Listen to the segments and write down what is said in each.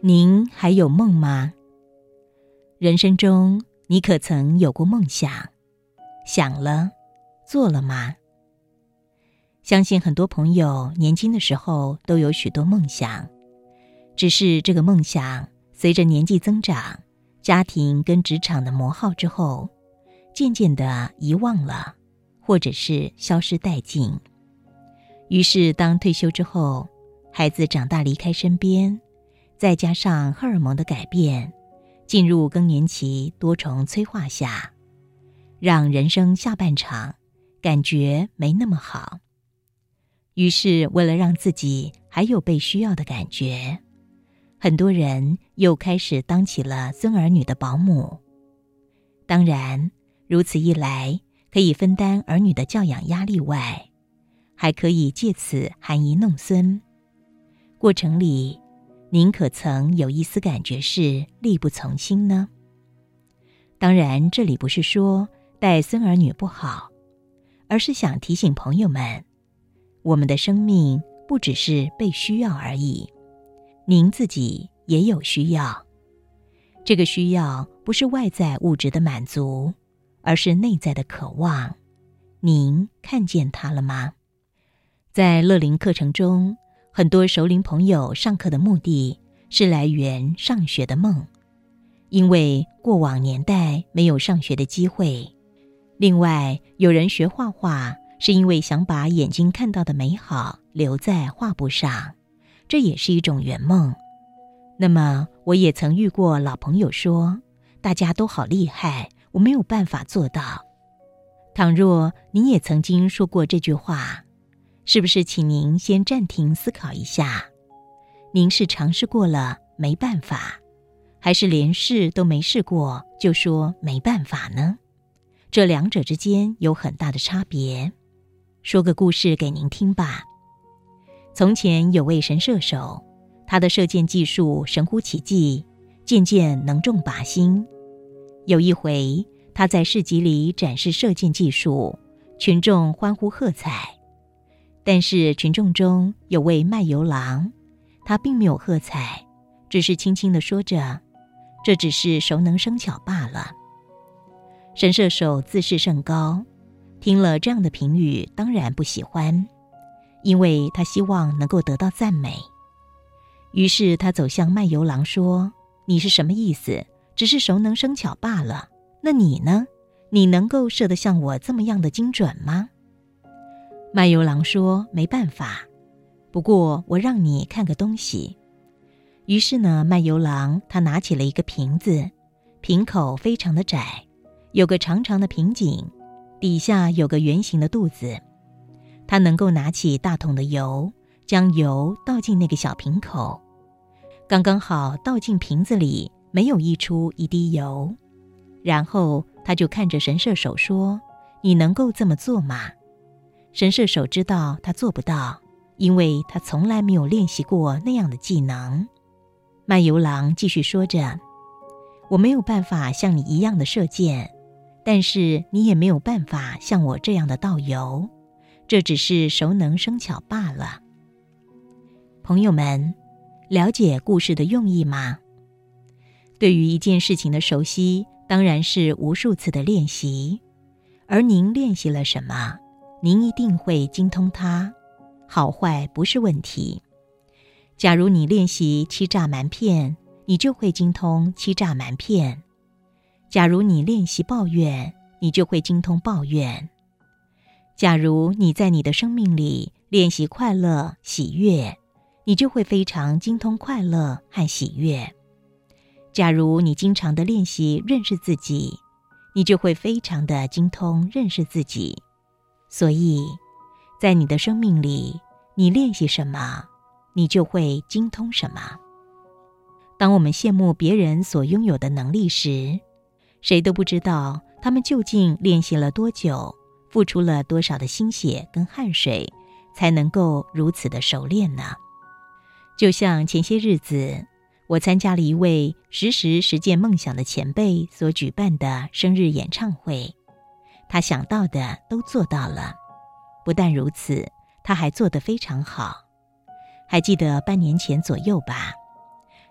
您还有梦吗？人生中，你可曾有过梦想？想了，做了吗？相信很多朋友年轻的时候都有许多梦想，只是这个梦想随着年纪增长，家庭跟职场的磨耗之后，渐渐的遗忘了，或者是消失殆尽。于是当退休之后，孩子长大离开身边，再加上荷尔蒙的改变，进入更年期多重催化下，让人生下半场感觉没那么好。于是为了让自己还有被需要的感觉，很多人又开始当起了孙儿女的保姆。当然，如此一来，可以分担儿女的教养压力外，还可以借此含饴弄孙。过程里，您可曾有一丝感觉是力不从心呢？当然，这里不是说带孙儿女不好，而是想提醒朋友们，我们的生命不只是被需要而已，您自己也有需要。这个需要不是外在物质的满足，而是内在的渴望。您看见它了吗？在乐龄课程中，很多熟龄朋友上课的目的是来源上学的梦，因为过往年代没有上学的机会。另外，有人学画画是因为想把眼睛看到的美好留在画布上，这也是一种圆梦。那么我也曾遇过老朋友说，大家都好厉害，我没有办法做到。倘若您也曾经说过这句话，是不是请您先暂停思考一下，您是尝试过了没办法，还是连试都没试过就说没办法呢？这两者之间有很大的差别。说个故事给您听吧。从前有位神射手，他的射箭技术神乎其技，渐渐能中靶心。有一回，他在市集里展示射箭技术，群众欢呼喝彩。但是群众中有位卖油郎，他并没有喝彩，只是轻轻地说着，这只是熟能生巧罢了。神射手自视甚高，听了这样的评语当然不喜欢，因为他希望能够得到赞美。于是他走向卖油郎说，你是什么意思？只是熟能生巧罢了，那你呢？你能够射得像我这么样的精准吗？卖油郎说，没办法，不过我让你看个东西。于是呢，卖油郎他拿起了一个瓶子，瓶口非常的窄，有个长长的瓶颈，底下有个圆形的肚子。他能够拿起大桶的油，将油倒进那个小瓶口，刚刚好倒进瓶子里，没有溢出一滴油。然后他就看着神射手说，你能够这么做吗？神射手知道他做不到，因为他从来没有练习过那样的技能。卖油郎继续说着，我没有办法像你一样的射箭，但是你也没有办法像我这样的倒油，这只是熟能生巧罢了。朋友们，了解故事的用意吗？对于一件事情的熟悉，当然是无数次的练习。而您练习了什么，您一定会精通它，好坏不是问题。假如你练习欺诈瞒骗，你就会精通欺诈瞒骗；假如你练习抱怨，你就会精通抱怨；假如你在你的生命里练习快乐、喜悦，你就会非常精通快乐和喜悦；假如你经常的练习认识自己，你就会非常的精通认识自己。所以，在你的生命里，你练习什么，你就会精通什么。当我们羡慕别人所拥有的能力时，谁都不知道他们究竟练习了多久，付出了多少的心血跟汗水，才能够如此的熟练呢？就像前些日子，我参加了一位实践梦想的前辈所举办的生日演唱会，他想到的都做到了。不但如此，他还做得非常好。还记得半年前左右吧，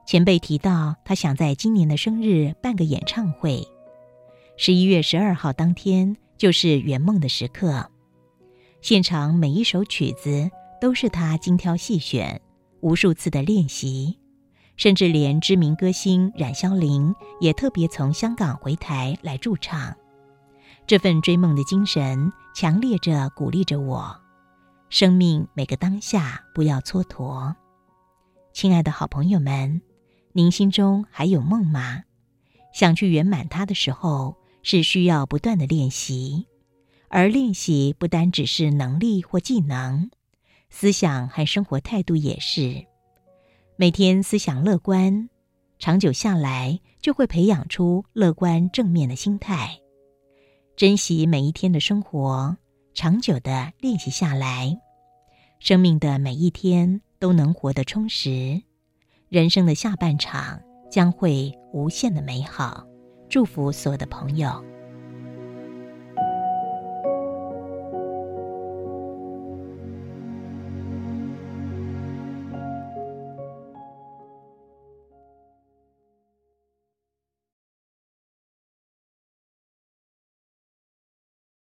前辈提到，他想在今年的生日办个演唱会。11月12号当天就是圆梦的时刻，现场每一首曲子都是他精挑细选，无数次的练习，甚至连知名歌星冉萧玲也特别从香港回台来驻唱。这份追梦的精神强烈着鼓励着我，生命每个当下不要蹉跎。亲爱的好朋友们，您心中还有梦吗？想去圆满它的时候，是需要不断的练习，而练习不单只是能力或技能，思想和生活态度也是。每天思想乐观，长久下来就会培养出乐观正面的心态。珍惜每一天的生活，长久的练习下来，生命的每一天都能活得充实，人生的下半场将会无限的美好。祝福所有的朋友。